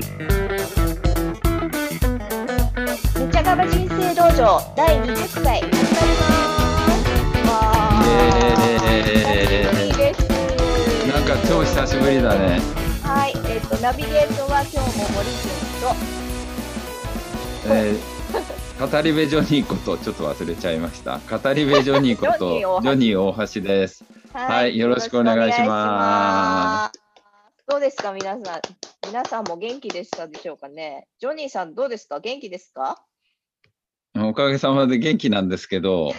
めちゃがま人生道場第20回始まります。いいです。 なんか超久しぶりだね。 はい、ナビゲートは今日も森君と、語り部ジョニーことちょっと忘れちゃいました。語り部ジョニーことジョニー大橋です。はい、よろしくお願いします。 どうですか皆さんも元気でしたでしょうかね。ジョニーさんどうですか、元気ですか？ おかげさまで元気なんですけど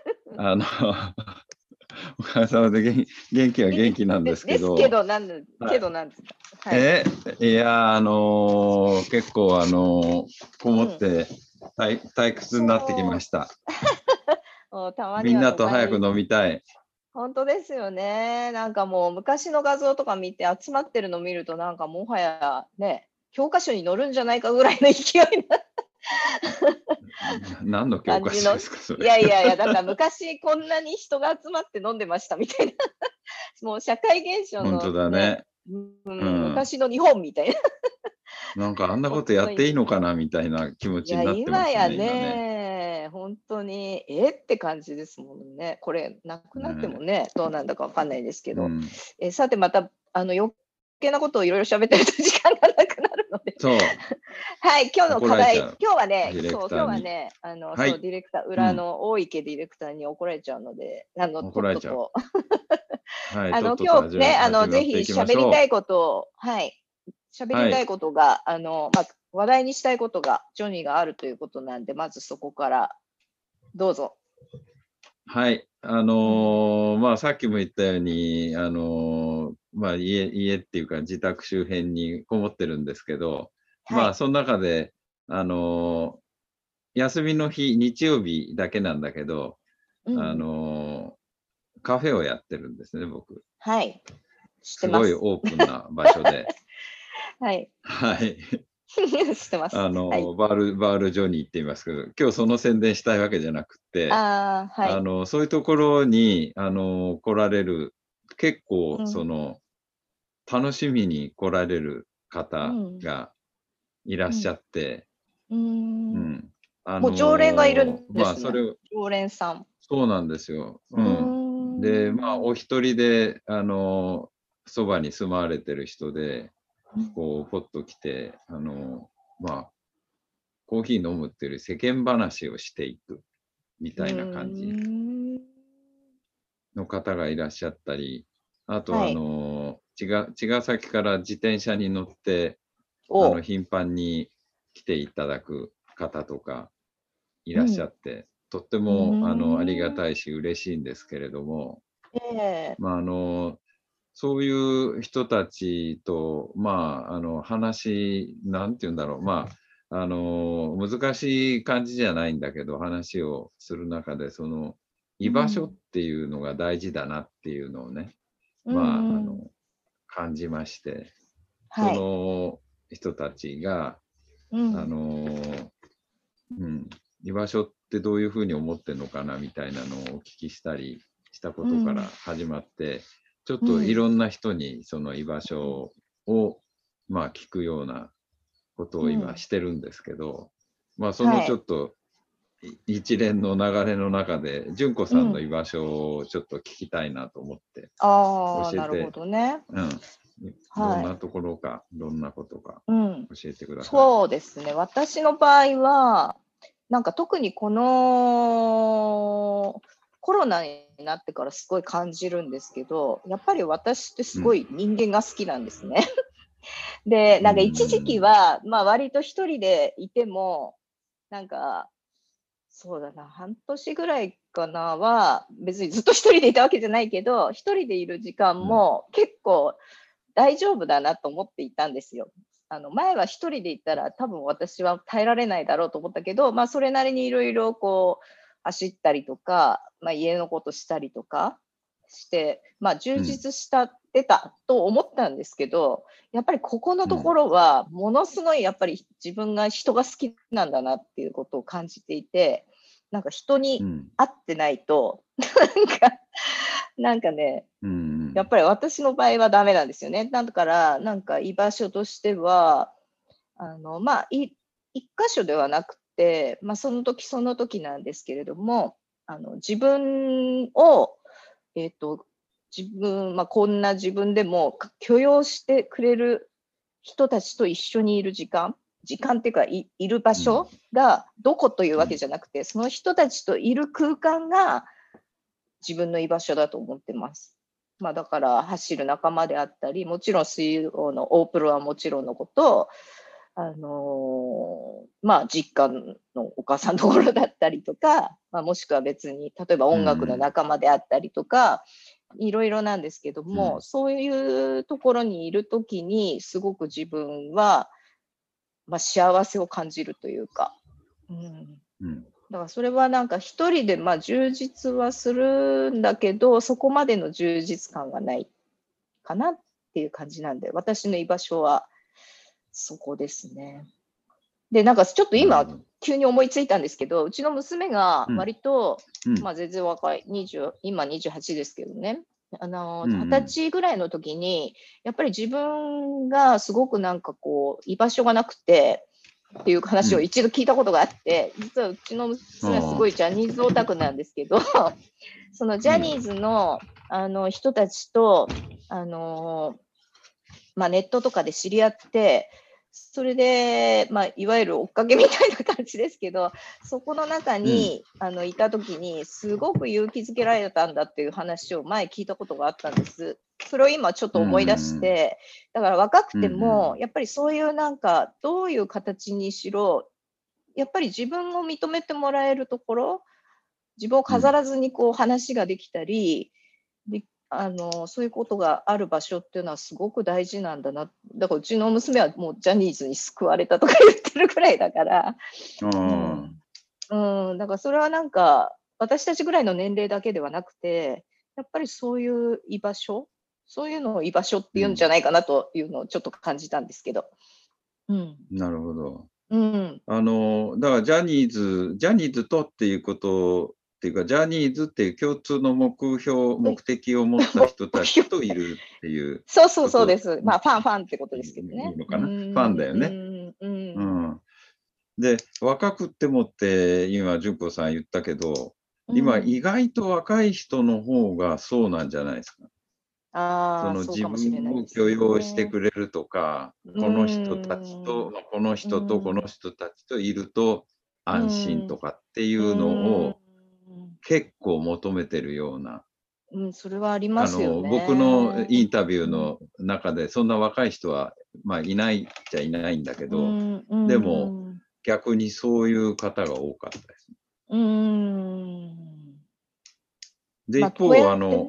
おかげさまで元気は元気なんですけど。 ですけどなんですか？はい、 いや結構こもって退屈になってきました。 たまにみんなとは都会早く飲みたい。 本当ですよね。なんかもう昔の画像とか見て集まってるの見るとなんかもはやね、教科書に載るんじゃないかぐらいの勢いな何の教科書ですかそれ。 いやだから昔こんなに人が集まって飲んでましたみたいなもう社会現象本当だね。 昔の日本みたいななんかあんなことやっていいのかなみたいな気持ちになってますね。 今やね、本当にって感じですもんね。これなくなってもね、どうなんだかわかんないですけど、さてまた余計なことをいろいろ喋ってると時間がなくなるので、 そうはい、今日の課題、今日はね、 ディレクターに今日はね、 はい、 そうディレクター裏の大池ディレクターに怒られちゃうので、 怒られちゃう。はい、 今日ね、ぜひ喋りたいことを、はい、喋りたいことが、話題にしたいことがジョニーがあるということなんで、まずそこからどうぞ。 はい、さっきも言ったように家っていうか自宅周辺にこもってるんですけど、 はい、 その中で休みの日日曜日だけなんだけど、カフェをやってるんですね僕。 はい、 すごいオープンな場所ではいはい知ってます。 バールジョニーって言いますけど、今日その宣伝したいわけじゃなくて、そういうところに来られる、結構楽しみに来られる方がいらっしゃって、 もう常連がいるんですね。常連さん。 そうなんですよ。で、お一人でそばに住まわれてる人で、こうポッと来てコーヒー飲むっていうより世間話をしていくみたいな感じの方がいらっしゃったり、あと茅ヶ崎から自転車に乗って頻繁に来ていただく方とかいらっしゃって、とってもありがたいし嬉しいんですけれども、そういう人たちと話なんて言うんだろう、難しい感じじゃないんだけど話をする中で居場所っていうのが大事だなっていうのをね、感じまして、その人たちが、居場所ってどういうふうに思ってるのかなみたいなのをお聞きしたりしたことから始まって、ちょっといろんな人にその居場所を聞くようなことを今してるんですけど、そのちょっと一連の流れの中で純子さんの居場所をちょっと聞きたいなと思って教えて、 なるほどね。 どんなところか、どんなことか教えてください。 そうですね。私の場合はなんか特にこのコロナになってからすごい感じるんですけど、やっぱり私ってすごい人間が好きなんですね。で、なんか一時期は、割と一人でいても、なんか、そうだな、半年ぐらいかなは、別にずっと一人でいたわけじゃないけど、一人でいる時間も結構大丈夫だなと思っていたんですよ。前は一人でいたら多分私は耐えられないだろうと思ったけど、それなりにいろいろこう走ったりとか、家のことしたりとかして、充実してたと思ったんですけど、やっぱりここのところはものすごいやっぱり自分が人が好きなんだなっていうことを感じていて、なんか人に会ってないと、なんかね、やっぱり私の場合はダメなんですよね。だからなんか居場所としては、 まあ、一箇所ではなくて、まあ、その時その時なんですけれども、自分を、まあ、こんな自分でも許容してくれる人たちと一緒にいる時間っていうか、いる場所がどこというわけじゃなくて、その人たちといる空間が自分の居場所だと思ってます。まあ、だから走る仲間であったり、もちろん水泳のオープロはもちろんのこと、まあ、実家のお母さんのところだったりとか、まあ、もしくは別に例えば音楽の仲間であったりとか、いろいろなんですけども、そういうところにいるときにすごく自分は、まあ、幸せを感じるというか、だからそれはなんか一人でまあ充実はするんだけど、そこまでの充実感がないかなっていう感じなんで、私の居場所はそこですね。で、なんかちょっと今、急に思いついたんですけど、うちの娘が割と、まあ全然若い、今28ですけどね、20歳ぐらいの時に、やっぱり自分がすごくなんかこう、居場所がなくて、っていう話を一度聞いたことがあって、実はうちの娘はすごいジャニーズオタクなんですけど、そのジャニーズの、人たちと、まあ、ネットとかで知り合って、それで、まあ、いわゆる追っかけみたいな感じですけど、そこの中に、いたときに、すごく勇気づけられたんだっていう話を前聞いたことがあったんです。それを今ちょっと思い出して、だから若くても、やっぱりそういうなんか、どういう形にしろ、やっぱり自分を認めてもらえるところ、自分を飾らずにこう話ができたり、でそういうことがある場所っていうのはすごく大事なんだな。だからうちの娘はもうジャニーズに救われたとか言ってるくらいだから、だからそれはなんか私たちぐらいの年齢だけではなくて、やっぱりそういう居場所、そういうのを居場所っていうんじゃないかなというのをちょっと感じたんですけど。 なるほど。だからジャニーズとっていうことっていうか、ジャニーズっていう共通の目的を持った人たちといるっていう。 そうです。まあ、ファンってことですけどね。 いいのかな。ファンだよね。で、若くってもって、今、純子さん言ったけど、今、意外と若い人の方がそうなんじゃないですか。その自分を許容してくれるとか、この人たちと、この人とこの人たちといると安心とかっていうのを結構求めてるような。 それはありますよね。 僕のインタビューの中で、そんな若い人は、まあ、いないっちゃいないんだけど、でも、逆にそういう方が多かったです。で、一方、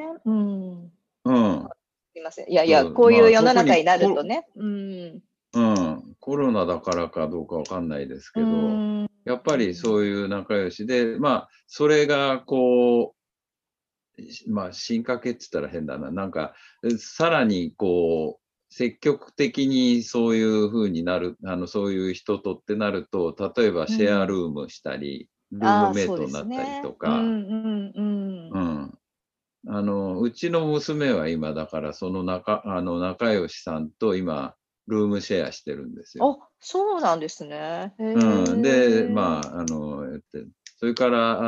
すいません。いやいや、こういう世の中になるとね。 コロナだからかどうかわかんないですけど、やっぱりそういう仲良しで、まあ、それがこう、まあ、進化系って言ったら変だな。なんか、さらにこう、積極的にそういう風になる、そういう人とってなると、例えばシェアルームしたり、ルームメイトになったりとか、うちの娘は今、だからその仲良しさんと今、ルームシェアしてるんですよ。 そうなんですね。 で、まあ、それから、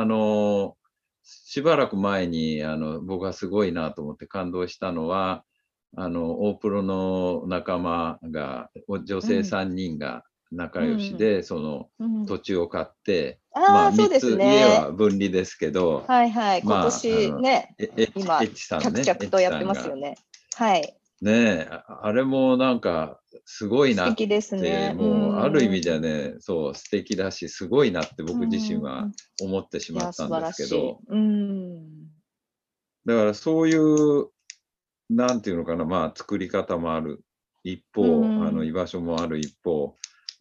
しばらく前に、僕がすごいなと思って感動したのは、大プロの仲間が、女性3人が仲良しで、その土地を買って、まあ、3つ、家は分離ですけど、 今年ね、今、 エッチさんね。 着々とやってますよね。はい。 ねえ、あれもなんかすごいなって、もうある意味じゃね、そう、素敵だし、すごいなって僕自身は思ってしまったんですけど、だからそういう、なんていうのかな、まあ作り方もある一方、居場所もある一方、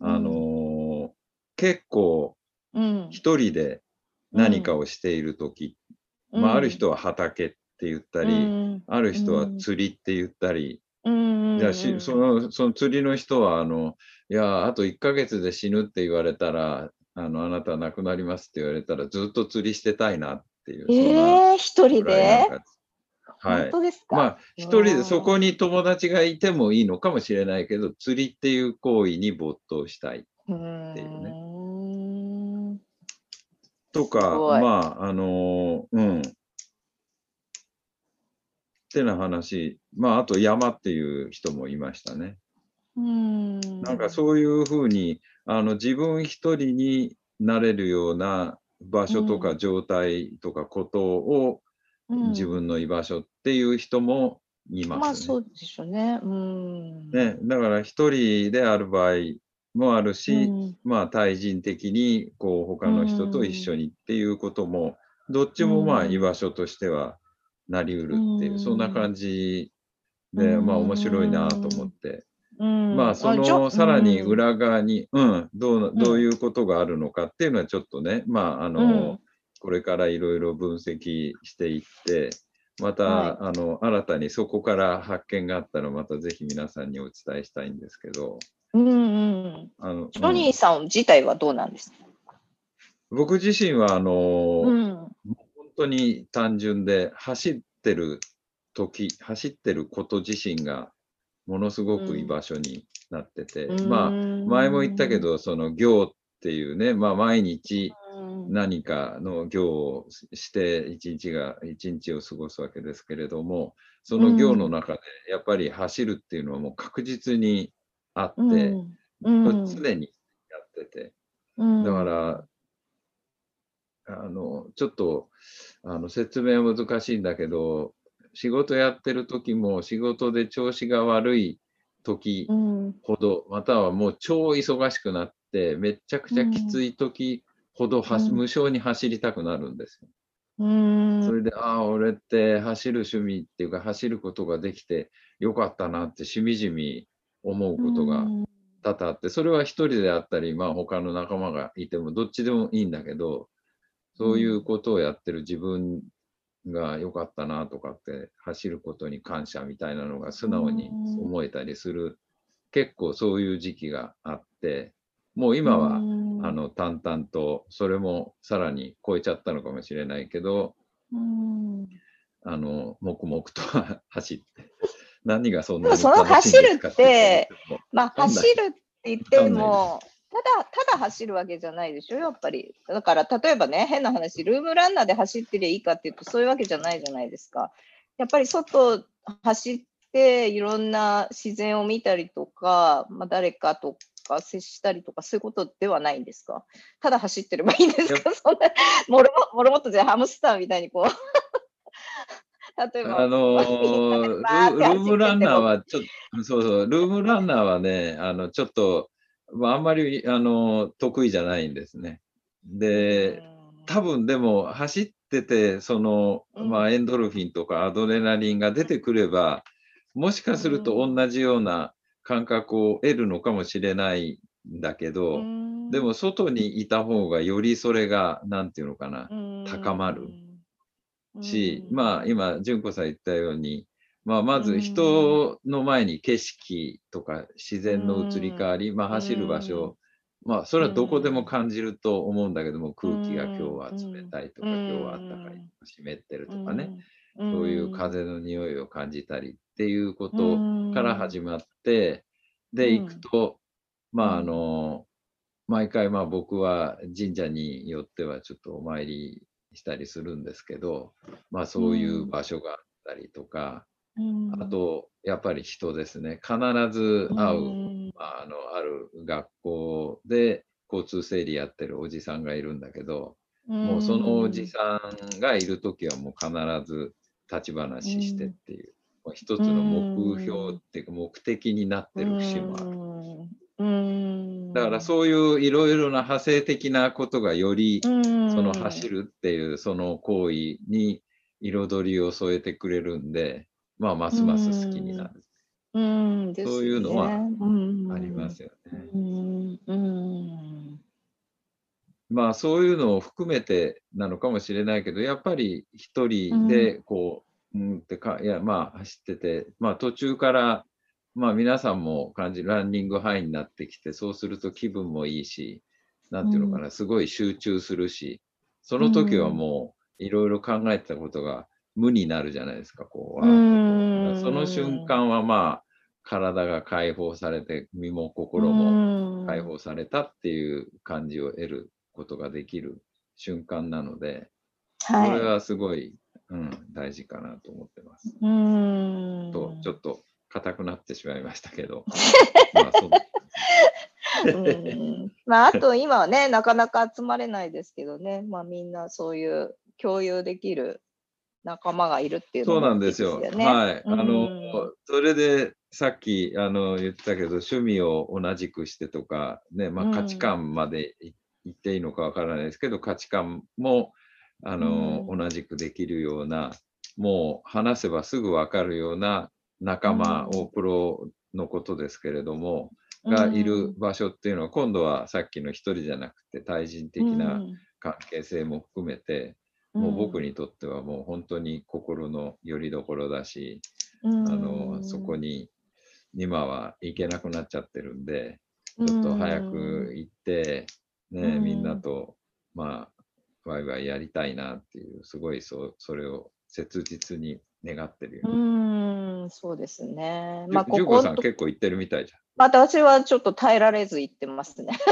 結構一人で何かをしているとき、まあある人は畑って言ったり、ある人は釣りって言ったり、じゃあその釣りの人は、いや、あと1ヶ月で死ぬって言われたら、あなた亡くなりますって言われたら、ずっと釣りしてたいなっていう、そんな一人ではい。 本当ですまか？ あ、 う一人でそわー。 こに友達がいてもいいのかもしれないけど、釣りっていう行為に没頭したいっうていうね。 ーん。 とか、 すごい。 まあ、ってな話、まあ、あと山っていう人もいましたね。 うーなんかん。 そういう風に、自分一人になれるような場所とかうん。 状態とかことを、 うん。 自分の居場所っていう人もいままあ、 すね。 そうでしょうね。うーん。 ね、だから一人である場合もあるし、 うん。 まあ、対人的にこうう他の人と一ん。 緒にっていうことも、どっちうもまあ居ん。 場所としてはなりううるっていう、そんなん。 感じうで、まあ面白いなと思っん。 て。 うまあ、 ん。 そのうさらにん。 裏側に、どういうん。 うことがあるのかっていうのはちょっとね、まあ、 うん。 これからいろいろ分析していって、まはい。 た、新たにそこから発見があったら、またぜひ皆さんにお伝えしたいんですけど、 うんうん。 あの、 ジョニーうん。 さん自体はどうなんですか？ 僕自身は、 うん。 本当に単純で、走ってること自身がものすごく居うん。 場所になってうーて、まあ、前も言ったけん。 ど、その行っていうね、まあ、毎日うん。 何かの行をして一日を過ごすわけですけれども、そうの行のん。 中でやっぱり走るっていうのはもう確実にあっうて、 ん。うん。 常にやってて、 うだかん。 らちょっと、説明は難しいんだけど、仕事やってる時も、仕事で調子が悪い時うん。 ほど、またはもう超忙しくなって、めっちゃくちゃきつい時ほど、無性に走りたくなるんですよ。 うん。 それで、ああ、俺って走る趣味っていうか、走ることができてよかったなってしみじみ思ううことがん。 多々あって、それは一人であったり、まあ、他の仲間がいてもどっちでもいいんだけど、そういうことをやってる自分が良かったなとかって、走ることに感謝みたいなのが素う直にん。 思えたりする、結構そういう時期があって、もうう今はん。 淡々と、それもさらに超えちゃったのかもしれないけど、 うん。 黙々と走って、何がそんでもなにその走楽しいんでするかって言われって、 ても、 まあ、 わかんない。 走るって言っわかてんないです。 も、ただ走るわけじゃないでしょ、やっぱり。だから例えばね、変な話、ルームランナーで走ってりゃいいかっていうと、そういうわけじゃないじゃないですか。やっぱり外走って、いろんな自然を見たりとか、まあ、誰かとか接したりとか、そういうことではないんですか？ただ走ってればいいんですやっか？そんな、もろもっとじゃあハムスターみたいにこう、例えば、みんなでバーってルームランナー走ってても、 はそうそう、ルームランナーはね、ちょっと、まあ、あんまり、得意じゃないんですね。 うーで、多ん。 分でも走ってて、まあ、 うん。 エンドルフィンとかアドレナリンが出てくれば、もしかうすると同ん。 じような感覚を得るのかもしれないんだけうど、でん。 も外にいた方がよりそれが、なんていうのかな、 う高まる。 ん。うし、まあ、 ん。 今、純子さん言ったように、まあ、まうずん。 人の前に景色とか自う然の移り変わん。 り、まあ、 う走る場ん。 所、まあ、そうれはどこでもん。 感じると思うんだけども、 う空気が今日ん。 は冷うん。 たいとうか、今日は暖かいん。 とか、湿ってるうとかね、 ん。うそういうん。 風の匂いを感じたりっていうこうとからん。 始まって、で、行くうん。 と、まあ、 うん。 毎回、まあ、僕は神社によってはちょっとお参りしたりするんですけど、まあ、 うそういうん。 場所があったりとか、 うん。 あと、やっぱり人ですね。必ずう会う、 ん。 まあ、ある学校で交通整理やってるおじさんがいるんだけど、 うもうそのおじん。 さんがいるときはもう必ず立ち話してっうん。 ていう、まあ一うつの目標ん。 っていうか目的になっうてる節もある。 ん。うだからん。 そういういろいろな派生的なことがより、 うその走ん。 るっていうその行為に彩りを添えてくれるんで、まあ、まうすます好きになん。 る。 うんでそうすよね。 いうのはうん。 ありますよね。 うん。うん。 まあ、そういうのを含めてなのかもしれないけど、やっぱり一うん。 人でこう、いや、まあ、走ってて、まあ、途中から、まあ、皆さんもランニングハイになってきて、そうすると気分もいいし、なんていうのかな、すごい集中するし、そうの時はん。 もういろいろ考えてたことが無になるじゃないですか、こう、 うわーっとこう。そのん。 瞬間はまあ、体が解放されて、身もう心も解ん。 放されたっていう感じを得ることができる瞬間なので、そはい。 れはすごい、大事かなと思ってます。 うん。 ちょっと硬くなってしまいましたけど、まあ、そんな感うじ。 ん。まあ、あと今はね、なかなか集まれないですけどね、まあ、みんなそういう共有できる仲間がいるっていうのそうなんもいいですですよ。 よね。 はい。 うん。 それでさっき言ったけど、趣味を同じくしてとか、ね、まあ、価値うん。 観まで言っていいのかわからないですけど、価値観もうん。 同じくできるような、もう話せばすぐ分かるようなう仲間、 ん。 大プロのことですけれども、 うがいるん。 場所っていうのは、今度はさっきの一人じゃなくて、対人う的なん。 関係性も含めて、もう僕うん。 にとってはもう本当に心の拠り所だし、 うそこん。 に今は行けなくなっちゃってるんで、 うちょっと早ん。 く行って、 うね、みんなん。 と、まあ、ワイワイやりたいなっていう、すごいそれを切実に願ってるよね。 そうですね。まあ、こじゅうこさんこと結構行ってるみたいじゃん。 私はちょっと耐えられず行ってますね。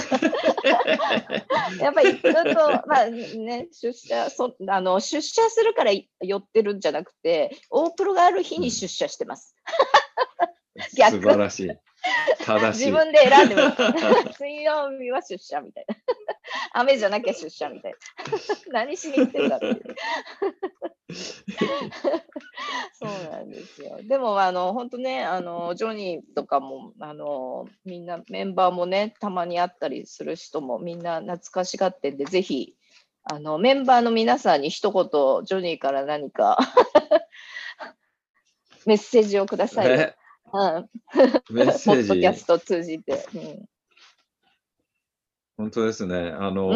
やっぱり行くと、まあね、出社するから寄ってるんじゃなくて、大プロがある日うん、 に出社してます。 素晴逆。 らしい。正しい。 自分で選んでます。水曜日は出社みたいな。雨じゃなきゃ出社みたいな。何しに行ってんだっていう。そうなんですよ。でも、本当ね、ジョニーとかも、みんなメンバーもね、たまに会ったりする人もみんな懐かしがってんで、ぜひ、メンバーの皆さんに一言、ジョニーから何かメッセージをくださいよ。うん。 メッポッセージ、 ドキャスト通じて。うん。 本当ですね。 うん。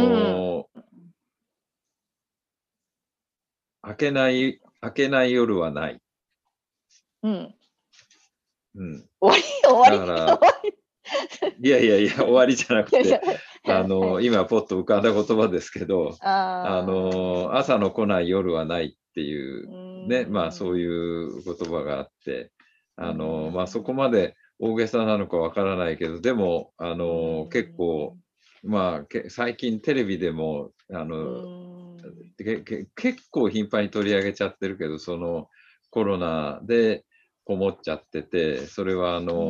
明けない夜はない。 うん。 うん。 終わり終わり終だから、 わり。 いやいやいや、終わりじゃなくて、 はい。 今ポッと浮かんだ言葉ですけど、 ああ。 朝の来ない夜はないっていうう、ね、まあそういん。 う言葉があって、 うまあそこん。 まで大げさなのかわからないけど、でも、 う結構、 ん。 まあ、最近テレビでも、 うん。 結構頻繁に取り上げちゃってるけど、そのコロナでこもっちゃってて、それはうん。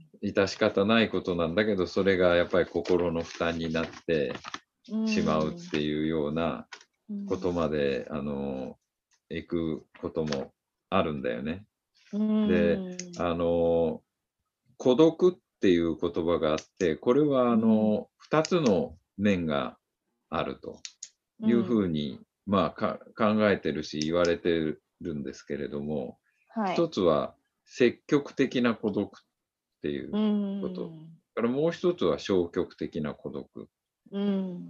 致し方ないことなんだけど、それがやっぱり心の負担になってうしまうっん。 ていうようなことうん。 まで、行くこともあるんだよね。 うで、 ん。 孤独っていう言葉があって、これはうん。 2つの面があるというふううん。 に、まあ、考えてるし言われてるんですけれども、一はい。 つは積極的な孤独っていううこと。 ん。 からもう一つは消極的な孤独。 うん。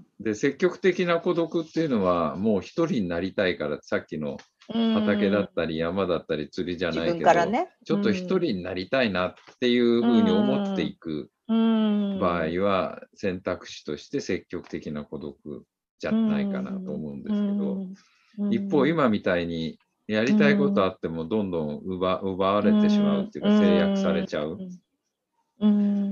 で、積極的な孤独っていうのは、もう一人になりたいから、さっきのう畑だん。 ったり山だったり釣りじゃ自分ないけど、 からね。 ちょっと一うん。 人になりたいなっていううふうに思ってん。 いくう場合ん。 は、選択肢として積極的な孤独じうゃないかなとん。 思うんでうすけど、 ん。う一方、 ん。 今みたいにやうりたいことあん。 ってもどんどん奪わうれてしまうっん。 ていうか制約さうん。 れちゃう。 うん。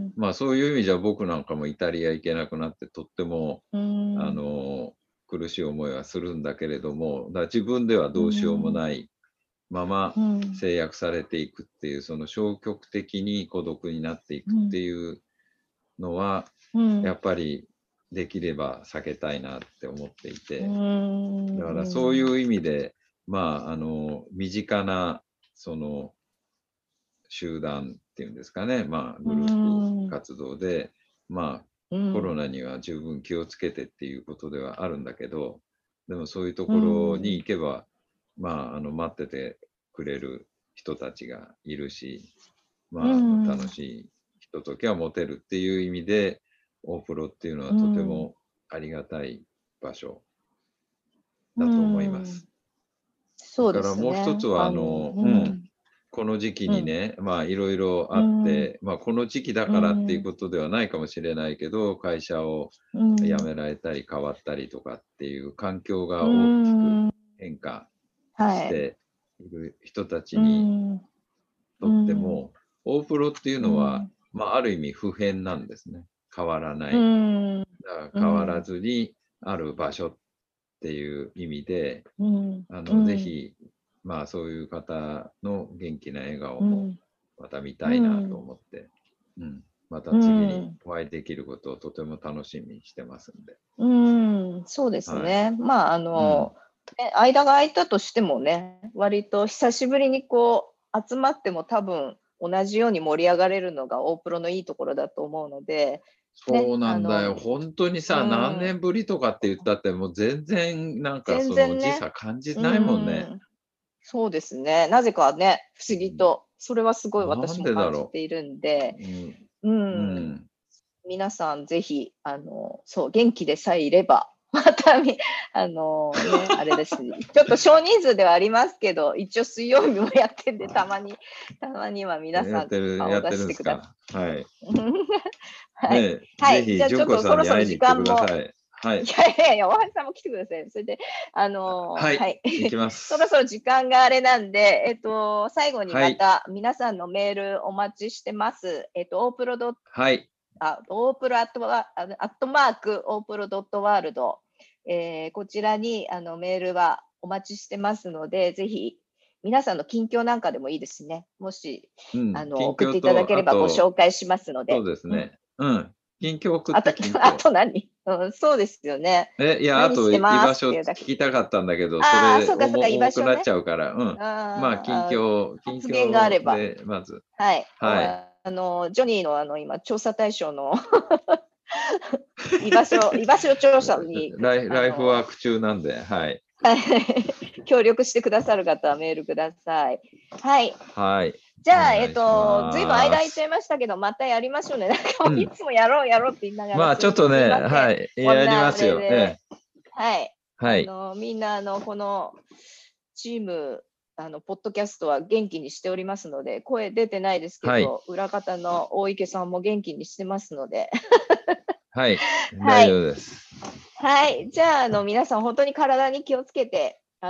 まあそういう意味じゃ僕なんかもイタリア行けなくなってとってもうあん。 の苦しい思いはするんだけれども、だから自分ではうどうしようもん。 ないままうん。 制約されていくっていう、その消極的に孤独になっていくってうん。 いうのは、 うん。 やっぱりできれば避けたいなって思っていうて、だからそういん。 う意味で、まあ、身近なその集団っていうんですかね、まあ、 うグループん。 活動で、まあ、コロうん。 ナには十分気をつけてっていうことではあるんだけど、でもそういうとうころにん。 行けば、まあ、待っててくれる人たちがいるし、 うまあ、楽ん。 しいひとときは持てるっていう意味で、オープロっていうのはうとてん。 もありがたい場所うだと思いまん。 す。それそうでからもう一すね。 つは、この時期うん。 にね、まあいろいろうあっん。 て、まあこの時期だうからっていうん。 ことではないかもしれないけど、会社をうん。 辞められたり変わったりとかっていう環境うが大きくん。 変化している人たちにとっても、大プロっていうのは、ある意味普遍なんですね。変わらない。だから変わらずにある場所っていう意味で、ぜひ、そういう方の元気な笑顔もまた見たいなと思って、また次にお会いできることをとても楽しみにしてますんで。 そうですね。間が空いたとしてもね、割と久しぶりに集まっても多分同じように盛り上がれるのが大プロのいいところだと思うので。 そうなんだよ。本当にさ、何年ぶりとかって言ったって、もう全然なんかその時差感じないもんね。 そうですね。なぜかね、不思議と。それはすごい私も感じているんで。皆さんぜひ、元気でさえいれば、またあれですね。ちょっと少人数ではありますけど、一応水曜日もやってんで、たまには皆さん顔を出してください。はい。ぜひ、じゃあちょっとそろそろ時間も。いやいや、大橋さんも来てください。それで、 行きます。 そろそろ時間があれなんで、最後にまた皆さんのメールお待ちしてます。オープロアットマークオープロドットワールド、こちらにメールはお待ちしてますので、ぜひ皆さんの近況なんかでもいいですね。もし、送っていただければご紹介しますので。 そうですね。近況送って。 あと何？そうですよね。 いや、あと居場所聞きたかったんだけど、それ多くなっちゃうから、近況発言があればでまず。 はい。ジョニーの今調査対象の居場所調査にライフワーク中なんで、 協力してくださる方はメールください。 はい。 じゃあ、ずいぶん間空いちゃいましたけど、またやりましょうね。なんかいつもやろうって言いながら。 ちょっとね、やりますよ。 みんな、このチーム、ポッドキャストは元気にしておりますので、声出てないですけど、裏方の大池さんも元気にしてますので。 大丈夫です。 じゃあ、皆さん本当に体に気をつけて、ま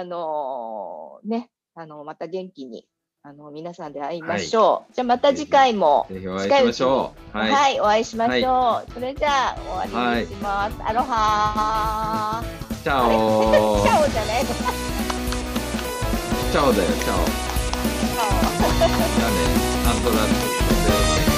た元気に。皆さんで会いましょう。じゃあまた次回もぜひお会いしましょう。 お会いしましょう。それじゃあ終わりにします。アロハー。 チャオ。 チャオじゃないの。 チャオだよ、チャオ。 チャオ。 じゃあね、アントラント。